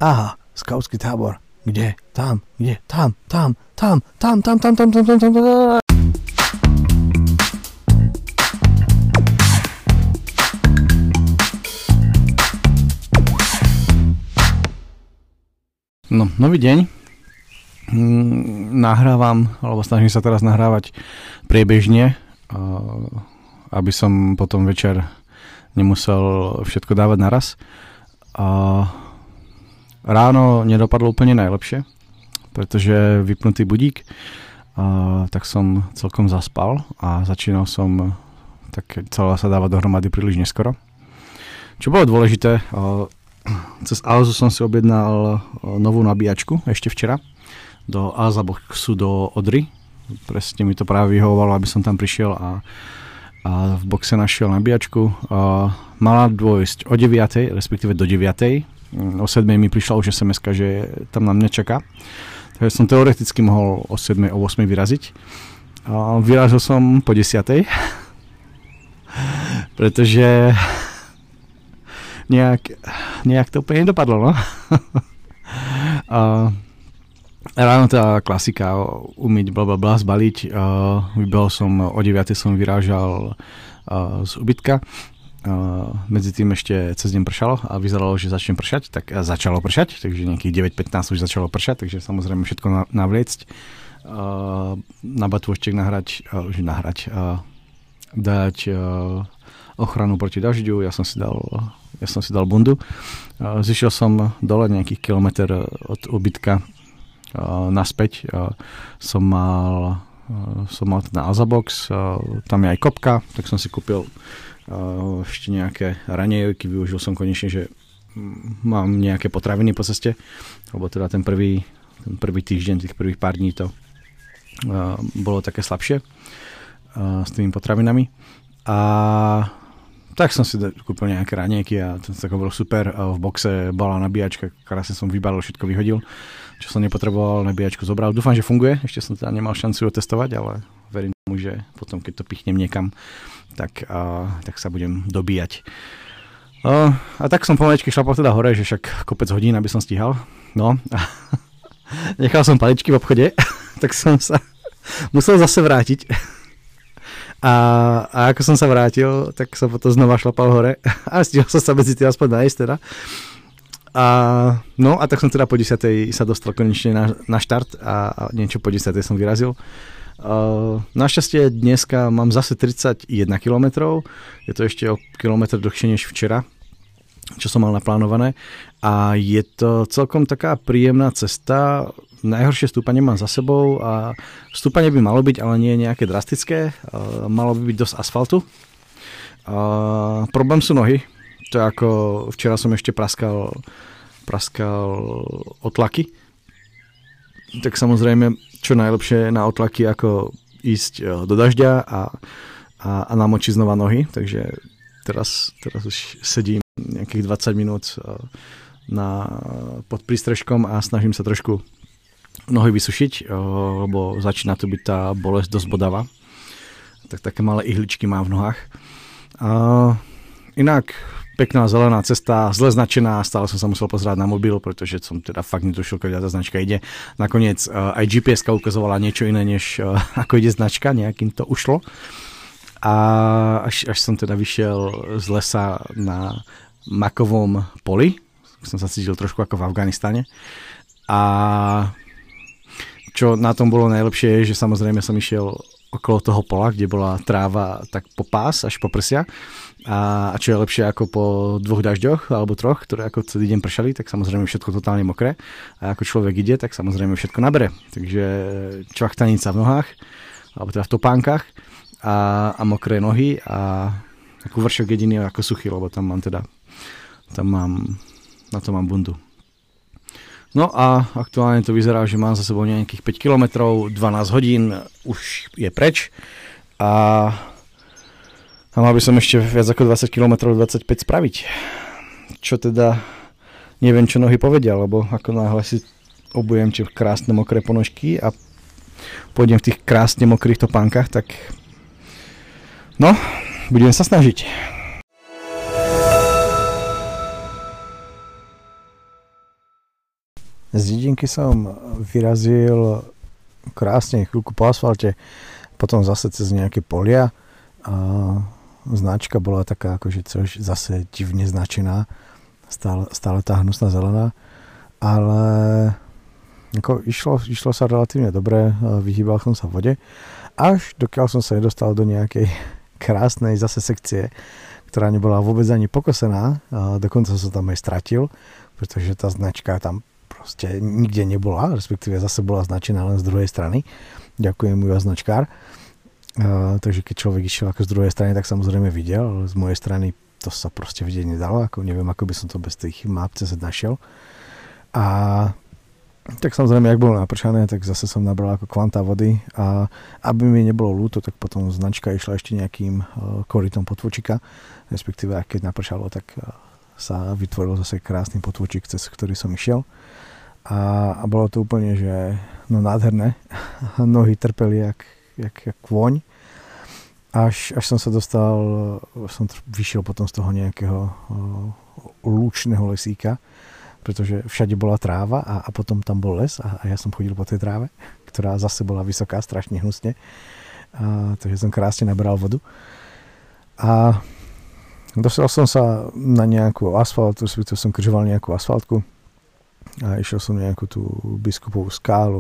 Aha, skautský tábor. Kde? Tam. No, nový deň. Nahrávam, alebo snažím sa teraz nahrávať priebežne, aby som potom večer nemusel všetko dávať naraz. Ráno nedopadlo úplne najlepšie, pretože vypnutý budík, tak som celkom zaspal a začínal som tak celá sa dávať dohromady príliš neskoro. Čo bolo dôležité, cez Alzu som si objednal novú nabíjačku ešte včera do Alza boxu do Odry. Presne mi to práve vyhovovalo, aby som tam prišiel a v boxe našiel nabíjačku. Mala dôjsť o 9, respektíve do 9. O 7 mi prišla už SMS-ka, že tam na mňa čaká. Takže som teoreticky mohol o 7, o 8 vyraziť. Vyrazil som po 10. Pretože nejak to úplne nedopadlo, no. Ráno tá klasika, umyť blablabla, zbaliť. Vybehol som o 9, som vyrážal z ubytka. Medzi tým ešte cez deň pršalo a vyzeralo, že začne pršať, tak začalo pršať, takže nejakých 9:15 už začalo pršať, takže samozrejme všetko navliecť, na batôžtek dať ochranu proti dažďu, ja som si dal bundu. Zišiel som dole nejakých kilometr od ubytka naspäť, som mal ten Alza box, tam je aj kopka, tak som si kúpil ešte nejaké ranejojky, využil som konečne, že mám nejaké potraviny po ceste, lebo teda ten prvý týždeň, tých prvých pár dní to bolo také slabšie s tými potravinami. A tak som si kúpil nejaké ranejky a to bolo super. V boxe bola nabíjačka, krásne som vybalil, všetko vyhodil, čo som nepotreboval, nabíjačku zobral. Dúfam, že funguje, ešte som teda nemal šancu ju testovať, ale verím tomu, že potom, keď to pichnem niekam, tak sa budem dobíjať. A tak som pomaličky šlapal teda hore, že však kopec hodín, aby som stíhal. No a nechal som paličky v obchode, tak som sa musel zase vrátiť. A ako som sa vrátil, tak som potom znova šlapal hore a stihol som sa medzi tým aspoň nájsť teda. No a tak som teda po 10. sa dostal konečne na štart a niečo po 10. som vyrazil. Našťastie dneska mám zase 31 km, je to ešte o kilometr dlhšie než včera, čo som mal naplánované, a je to celkom taká príjemná cesta. Najhoršie stúpanie mám za sebou a stúpanie by malo byť, ale nie je nejaké drastické, malo by byť dosť asfaltu. Problém sú nohy, to je ako včera som ešte praskal otlaky. Tak samozrejme, čo najlepšie na otlaky, ako ísť do dažďa a namočiť znova nohy. Takže teraz už sedím nejakých 20 minút pod prístrežkom a snažím sa trošku nohy vysušiť, lebo začína to byť tá bolesť dosť bodavá. Tak také malé ihličky mám v nohách. Inak pekná zelená cesta, zle značená, stále som sa musel pozerať na mobil, pretože som teda fakt netušil, keď tá značka ide. Nakoniec aj GPS-ka ukazovala niečo iné, než ako ide značka, nejakým to ušlo. A až som teda vyšiel z lesa na makovom poli, som sa cítil trošku ako v Afganistane. A čo na tom bolo najlepšie je, že samozrejme som išiel okolo toho pola, kde bola tráva tak po pás, až po prsia. A čo je lepšie ako po 2 dažďoch alebo 3, ktoré ako celý deň pršali, tak samozrejme všetko totálne mokré. A ako človek ide, tak samozrejme všetko nabere. Takže čvachtanica v nohách, alebo teda v topánkach a mokré nohy a takú vršok jediný ako suchý, lebo na to mám bundu. No a aktuálne to vyzerá, že mám za sebou nejakých 5 km, 12 hodín už je preč a mal by som ešte viac ako 20 km, 25 spraviť. Čo teda neviem, čo nohy povedia, lebo ako náhle si obujem tie krásne mokré ponožky a pôjdem v tých krásne mokrých topánkach, tak no, budem sa snažiť. Z dedinky som vyrazil krásne chvíľku po asfalte, potom zase cez nejaké polia a značka bola taká akože zase divne značená, stále tá hnusná zelená, ale ako išlo sa relatívne dobre, vyhýbal som sa vode, až dokiaľ som sa nedostal do nejakej krásnej zase sekcie, ktorá nebola vôbec ani pokosená, dokonca som tam aj stratil, pretože tá značka tam proste nikde nebola, respektíve zase bola značená len z druhej strany. Ďakujem mu značkár. Takže keď človek išiel ako z druhej strany, tak samozrejme videl, ale z mojej strany to sa proste vidieť nedalo, ako neviem, ako by som to bez tých map CZ našiel. A tak samozrejme, jak bolo napršané, tak zase som nabral ako kvanta vody a aby mi nebolo ľúto, tak potom značka išla ešte nejakým korytom potvočika, respektíve keď napršalo, tak sa vytvoril zase krásny potvočík, cez ktorý som išiel. A bolo to úplne, že nádherné. Nohy trpeli jak kôň. Až som sa dostal, som vyšiel potom z toho nejakého lúčneho lesíka, pretože všade bola tráva a potom tam bol les a ja som chodil po tej tráve, ktorá zase bola vysoká, strašne hnusne. Takže som krásne naberal vodu. A dostal som sa na nejakú asfaltu, som križoval nejakú asfaltku a išiel som nejakú tú Biskupovú skálu,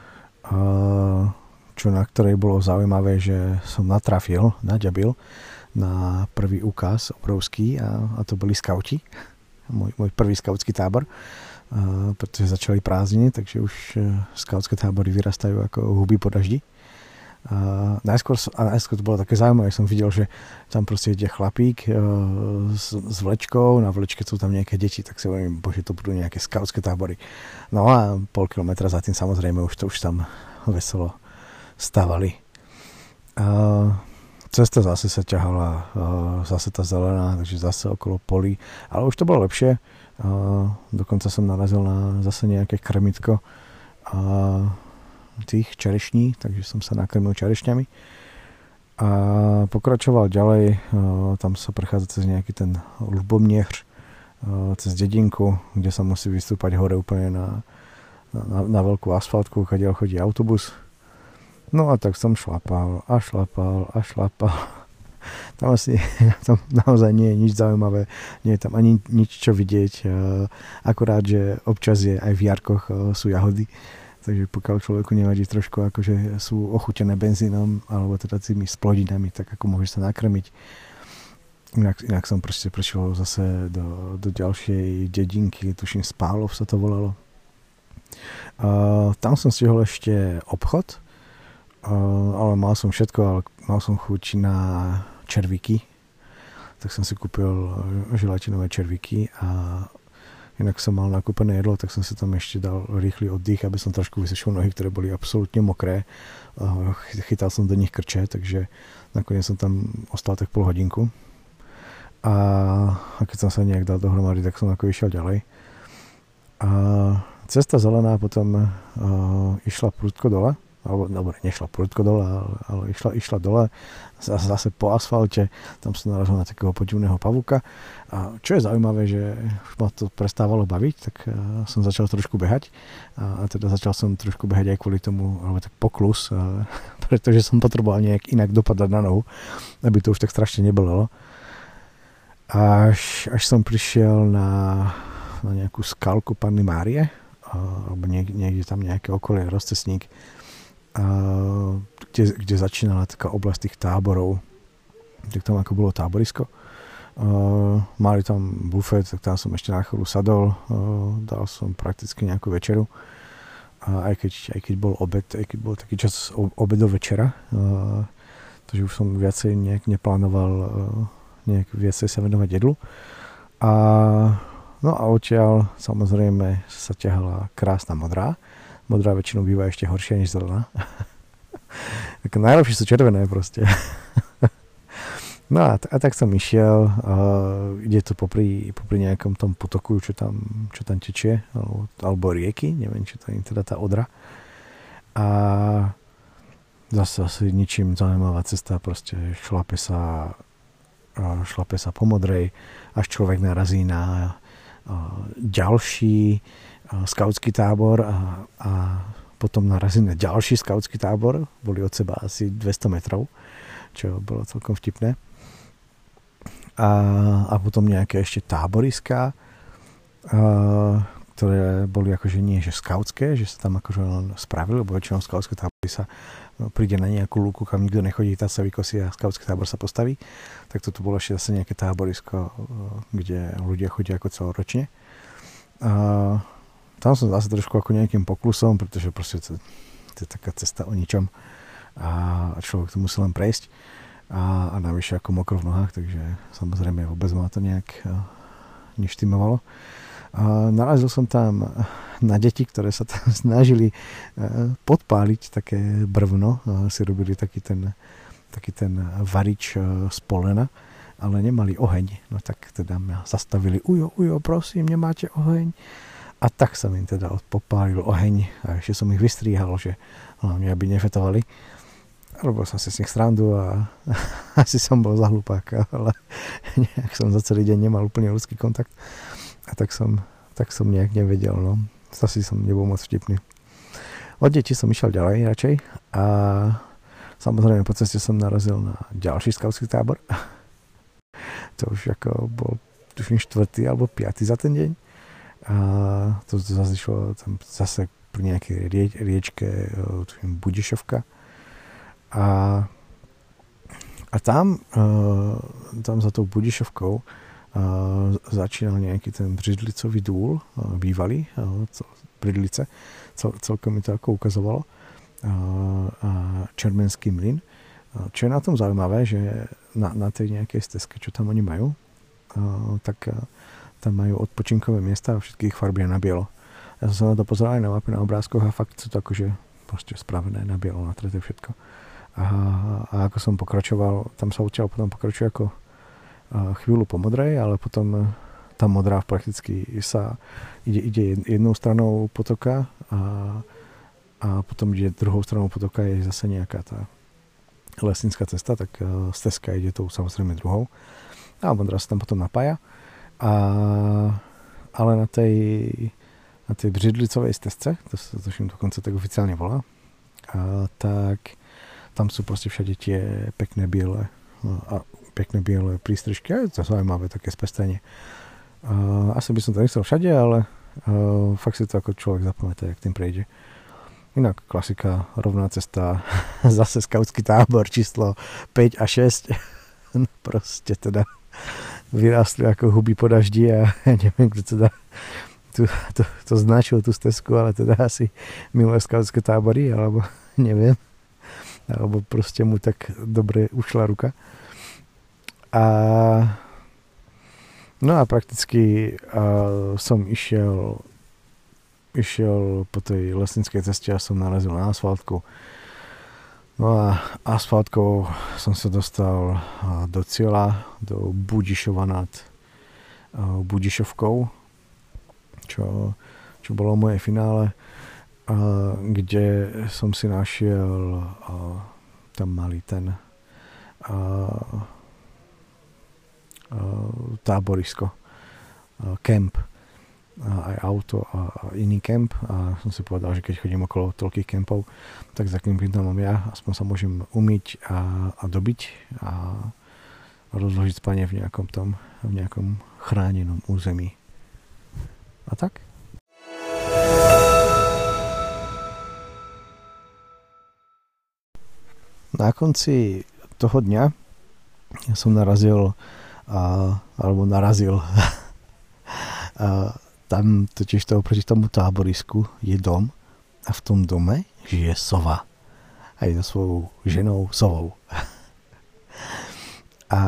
čo na ktorej bolo zaujímavé, že som naďabil na prvý úkaz obrovský a to boli skauti, môj prvý skautský tábor, pretože začali prázdniny, takže už skautské tábory vyrastajú ako huby po daždi. Najskôr to bolo také zaujímavé, som videl, že tam proste ide chlapík s vlečkou, na vlečke sú tam nejaké deti, tak si hovorím, bože, to budú nejaké skautské tábory. No a pol kilometra za tým samozrejme už tam veselo stávali. Cesta zase sa ťahala, zase tá zelená, takže zase okolo polí, ale už to bolo lepšie. Dokonca som narazil na zase nejaké krmitko tých čerešní, takže som sa nakrmil čerešňami a pokračoval ďalej, tam sa prechádza cez nejaký ten Ľubomniehř, cez dedinku, kde sa musí vystúpať hore úplne na veľkú asfaltku, kde chodí autobus. No a tak som šlapal. Tam naozaj nie je nič zaujímavé, nie je tam ani nič čo vidieť, akurát, že občas je aj v jarkoch sú jahody. Takže pokiaľ človeku nevadí trošku, akože sú ochutené benzínom alebo teda tými splodinami, tak ako môže sa nakrmiť. Inak som proste prešiel zase do ďalšej dedinky, tuším Spálov sa to volalo. Tam som stihol ešte obchod, ale mal som všetko, ale mal som chuť na červíky. Tak som si kúpil želatinové červíky a inak som mal nakúpené jedlo, tak som si tam ešte dal rýchly oddych, aby som trošku vysušil nohy, ktoré boli absolútne mokré. Chytal som do nich krče, takže nakoniec som tam ostal tak pol hodinku. A keď som sa nejak dal dohromady, tak som ako išiel ďalej. A cesta zelená potom išla prudko dole, alebo dobre, nešla prudko dole, ale išla dole zase po asfalte, tam som narazil na takého podivného pavúka a čo je zaujímavé, že už ma to prestávalo baviť, tak som začal trošku behať a teda začal som trošku behať aj kvôli tomu, alebo tak poklus, pretože som potreboval nejak inak dopadať na nohu, aby to už tak strašne nebolelo. Až som prišiel na nejakú skalku Panny Márie, alebo niekde tam nejaké okolie, rozcestník, kde začínala taká oblasť tých táborov, tak tam ako bolo táborisko. Mali tam bufet, tak tam som ešte na chvíľu sadol, dal som prakticky nejakú večeru. Aj keď bol obed, aj keď bol taký čas obedov večera, takže už som viacej nejak neplánoval nejak viacej sa venovať jedlu. No a odtiaľ samozrejme sa ťahala krásna modrá. Modrá väčšinou býva ešte horšia než zelená. Tak najlepšie sú červené proste. No a tak som išiel. Ide to popri nejakom tom potoku, čo tam tečie, alebo rieky, neviem, či to je teda tá Odra. A zase asi ničím zaujímavá cesta, proste šlape sa po modrej, až človek narazí na ďalší skautský tábor a potom narazím na ďalší skautský tábor, boli od seba asi 200 metrov, čo bolo celkom vtipné. A potom nejaké ešte táboriská, ktoré boli akože nie, že skautské, že sa tam akože len spravili, lebo väčšinou skautské tábory sa príde na nejakú lúku, kam nikto nechodí, tá sa vykosí a skautský tábor sa postaví. Tak toto bolo ešte zase nejaké táborisko, kde ľudia chodia ako celoročne. Tam som zase trošku ako nejakým poklusom, pretože proste to je taká cesta o ničom a človek to musí len prejsť a navyše ako mokro v nohách, takže samozrejme vôbec ma to nejak neštimovalo. Narazil som tam na deti, ktoré sa tam snažili podpáliť také brvno, si robili taký ten varič z polena, ale nemali oheň. No tak teda mňa zastavili, ujo, prosím, nemáte oheň? A tak som im teda popálil oheň a ešte som ich vystríhal, že hlavne aby nefetovali. Robil som si s nich srandu a asi som bol za hlupáka, ale nejak som za celý deň nemal úplne ľudský kontakt. A tak som nejak nevedel, no. Asi som nebol moc vtipný. Od detí som išiel ďalej radšej a samozrejme po ceste som narazil na ďalší skautský tábor. To už ako bol tuším 4. alebo 5. za ten deň. A to zase išlo tam zase pri nejakej riečke Budišovka a tam za tou Budišovkou začínal nejaký ten Břidlicový dúl bývalý Břidlice, celkom mi to ako ukazovalo, a Čermenský mlyn. Čo je na tom zaujímavé, že na tej nejakej stezke, čo tam oni majú, tak tam majú odpočinkové miesta a všetkých farbia na bielo. Ja som sa na to pozeral aj na mape, na obrázkoch a fakt sú to akože proste spravené na bielo, na treté všetko. A ako som pokračoval, tam sa odtiaľ potom pokračuje ako chvíľu po modrej, ale potom tá modrá prakticky sa ide jednou stranou potoka a potom ide druhou stranou potoka je zase nejaká tá lesnická cesta, tak stezka ide tou samozrejme druhou. A modrá sa tam potom napája. Ale na tej Břidlicovej stezce, to sa tuším dokonca tak oficiálne volá, tak tam sú proste všade tie pekné biele prístrižky. A je to zaujímavé také spestrenie. Asi by som to nechcel všade, ale fakt si to ako človek zapamätá, jak tým prejde. Inak klasika, rovná cesta, zase skautský tábor číslo 5 a 6. No proste teda vyrástli ako huby po daždi a ja neviem, kto teda to značil tú stezku, ale teda asi milé skautské tábory, alebo neviem, alebo proste mu tak dobre ušla ruka. No a prakticky som išiel po tej lesnickej ceste a som narazil na asfaltku. No a asfaltkou som sa dostal do cieľa, do Budišova nad Budišovkou, čo bolo moje finále, kde som si našiel tam malý ten táborisko, kemp, aj auto a iný kemp a som si povedal, že keď chodím okolo toľkých kempov, tak za kempom tam mám ja, aspoň sa môžem umyť a dobiť a rozložiť spanie v nejakom chránenom území. A tak? Na konci toho dňa som narazil tam totiž to oproti tomu táborisku je dom a v tom dome žije sova. Aj so svojou ženou sovou. A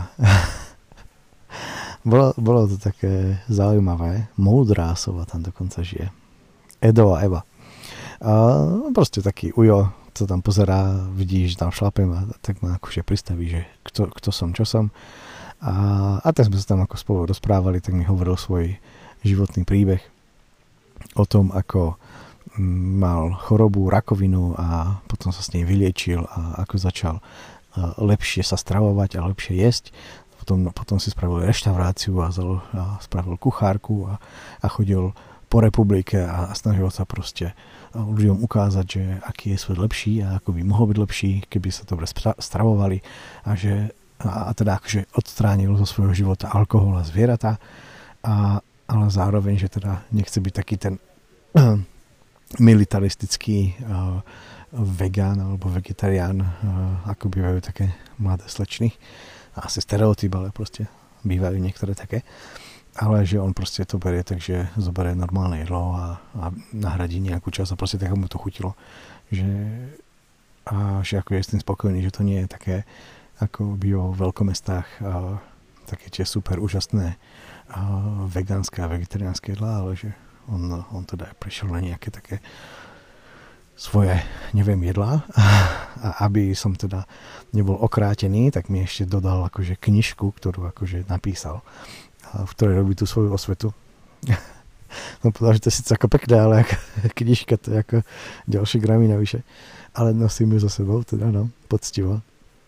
bolo to také zaujímavé. Moudrá sova tam dokonca žije. Edo a Eva. A proste taký ujo, co tam pozerá, vidí, že tam šlapem a tak ma akože pristaví, že kto som, čo som. A tak sme sa tam ako spolu rozprávali, tak mi hovoril svoj životný príbeh o tom, ako mal chorobu, rakovinu a potom sa s nej vyliečil a ako začal lepšie sa stravovať a lepšie jesť. Potom si spravil reštauráciu a spravil kuchárku a chodil po republike a snažil sa proste ľuďom ukázať, že aký je svet lepší a ako by mohol byť lepší, keby sa dobre stravovali a že a teda akože odstránil zo svojho života alkohol a zvieratá, ale zároveň, že teda nechce byť taký ten militaristický vegán alebo vegetarián, ako bývajú také mladé slečny. Asi stereotyp, ale proste bývajú niektoré také. Ale že on proste to berie, takže zoberie normálne jedlo a nahradí nejakú časť a proste tak mu to chutilo. Že ako je s tým spokojný, že to nie je také ako by vo veľkomestách také tie super úžasné vegánske a vegetariánske jedlá, ale že on teda prešiel na nejaké také svoje, neviem, jedlá a aby som teda nebol okrátený, tak mi ešte dodal akože knižku, ktorú akože napísal, v ktorej robí tú svoju osvetu. No povedal, že to je síce ako pekné, ale knižka to je ako ďalšie gramy navyše. Ale nosím ju so sebou, teda no, poctivo.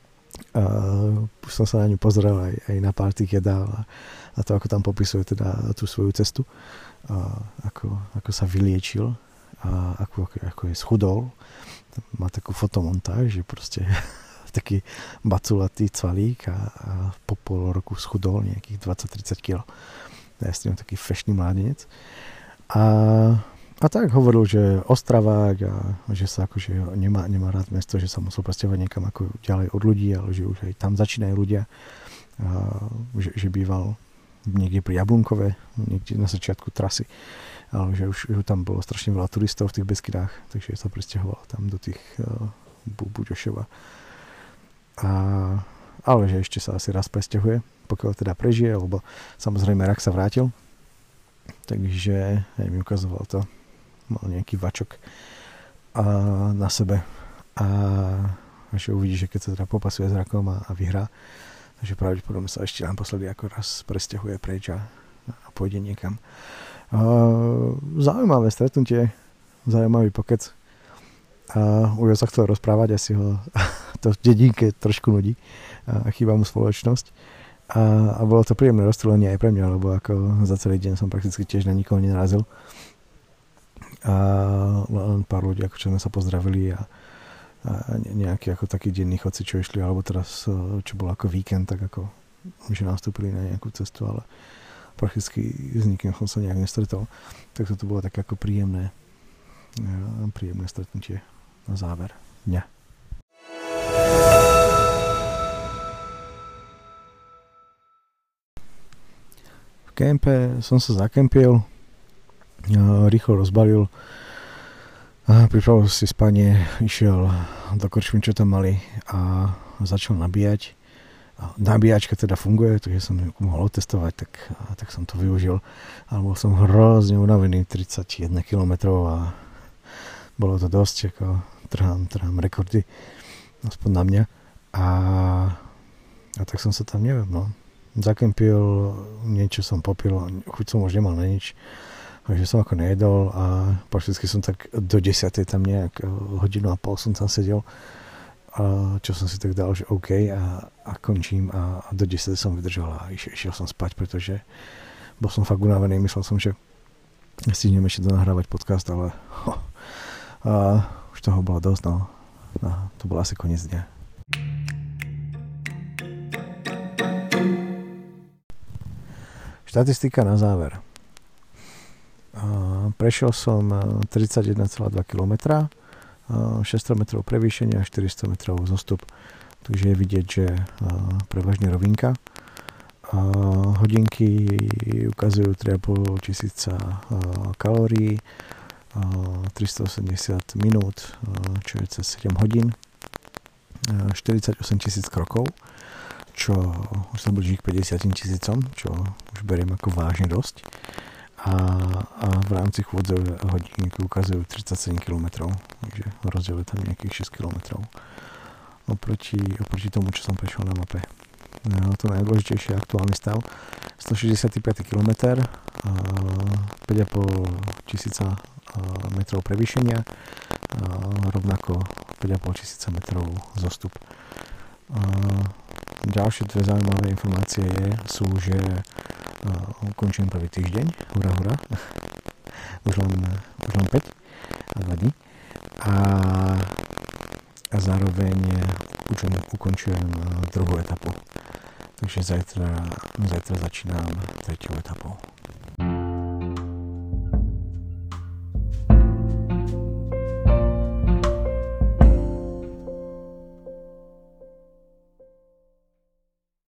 Už som sa na ňu pozrel aj na pár tých jedál a to, ako tam popisuje teda tú svoju cestu, ako sa vyliečil a ako je schudol. Má takú fotomontáž, že proste taký baculatý cvalík a po pol roku schudol nejakých 20-30 kg. Ja s tým taký fešný mládenec. A tak hovoril, že Ostravák a že sa akože nemá rád mesto, že sa musel presťahovať niekam ako ďalej od ľudí, ale že už aj tam začínajú ľudia. Že býval niekde pri Jablunkove, niekde na začiatku trasy. Ale že už tam bolo strašne veľa turistov v tých Beskydách, takže sa presťahoval tam do tých Buďošova. Ale že ešte sa asi raz presťahuje, pokiaľ teda prežije, lebo samozrejme rak sa vrátil. Takže aj mi ukazoval to. Mal nejaký vačok na sebe a že uvidí, že keď sa teda popasuje s rakom a vyhrá, takže pravdepodobne sa ešte naposledy ako raz presťahuje preč a pôjde niekam. Zaujímavé stretnutie, zaujímavý pokec. Ujo sa chcel rozprávať, asi ho to v dedinke trošku nudí a chýba mu spoločnosť. A bolo to príjemné rozstrelenie aj pre mňa, lebo ako za celý deň som prakticky tiež na nikoho nenarazil. A len pár ľudí, ako čo sme sa pozdravili a nejakí ako takí denní chodci, čo išli, alebo teraz, čo bol ako víkend, tak ako že nastúpili na nejakú cestu, ale prakticky s nikým som sa nejak nestretol. Tak to bolo také ako príjemné stretnutie na záver dňa. V kempe som sa zakempil, rýchlo rozbalil, pripravil si spanie, išiel do korčmy, čo tam mali a začal nabíjať. Nabíjačka teda funguje, takže som ju mohol otestovať, tak som to využil. Ale bol som hrozne unavený, 31 km a bolo to dosť, ako trhám rekordy, aspoň na mňa. A tak som sa tam, neviem, zakempil, niečo som popil, chuť som už nemal na nič. Takže som ako nejedol a prakticky som tak do 10. tam nejak hodinu a pol som tam sedel. Čo som si tak dal, že OK a končím a do 10 som vydržal a išiel som spať, pretože bol som fakt unavený, myslel som, že stihnem ešte nahrávať podcast, ale už toho bolo dosť, to bol asi koniec dňa. Štatistika na záver. Prešiel som 31,2 km, 600 metrov prevýšenia a 400 metrov zostup. Takže je vidieť, že prevažne rovinka. Hodinky ukazujú 3,5 tisíca kalórií, 380 minút, čo je cez 7 hodín, 48 000 krokov, čo už sa blíži k 50 000, čo už beriem ako vážne dosť. A v rámci chôdze hodinky ukazujú 37 km, takže rozdiel je tam nejakých 6 km oproti tomu, čo som prešiel na mape. To najdôležitejšie je aktuálny stav 165 km, 5,5 tisíca metrov prevýšenia, rovnako 5,5 tisíca metrov zostup. Ďalšie dve zaujímavé informácie sú, že ukončujem prvý týždeň, hurá, už len 5 a 2 dní. A zároveň ukončujem druhú etapu. Takže zajtra začínam tretiu etapu.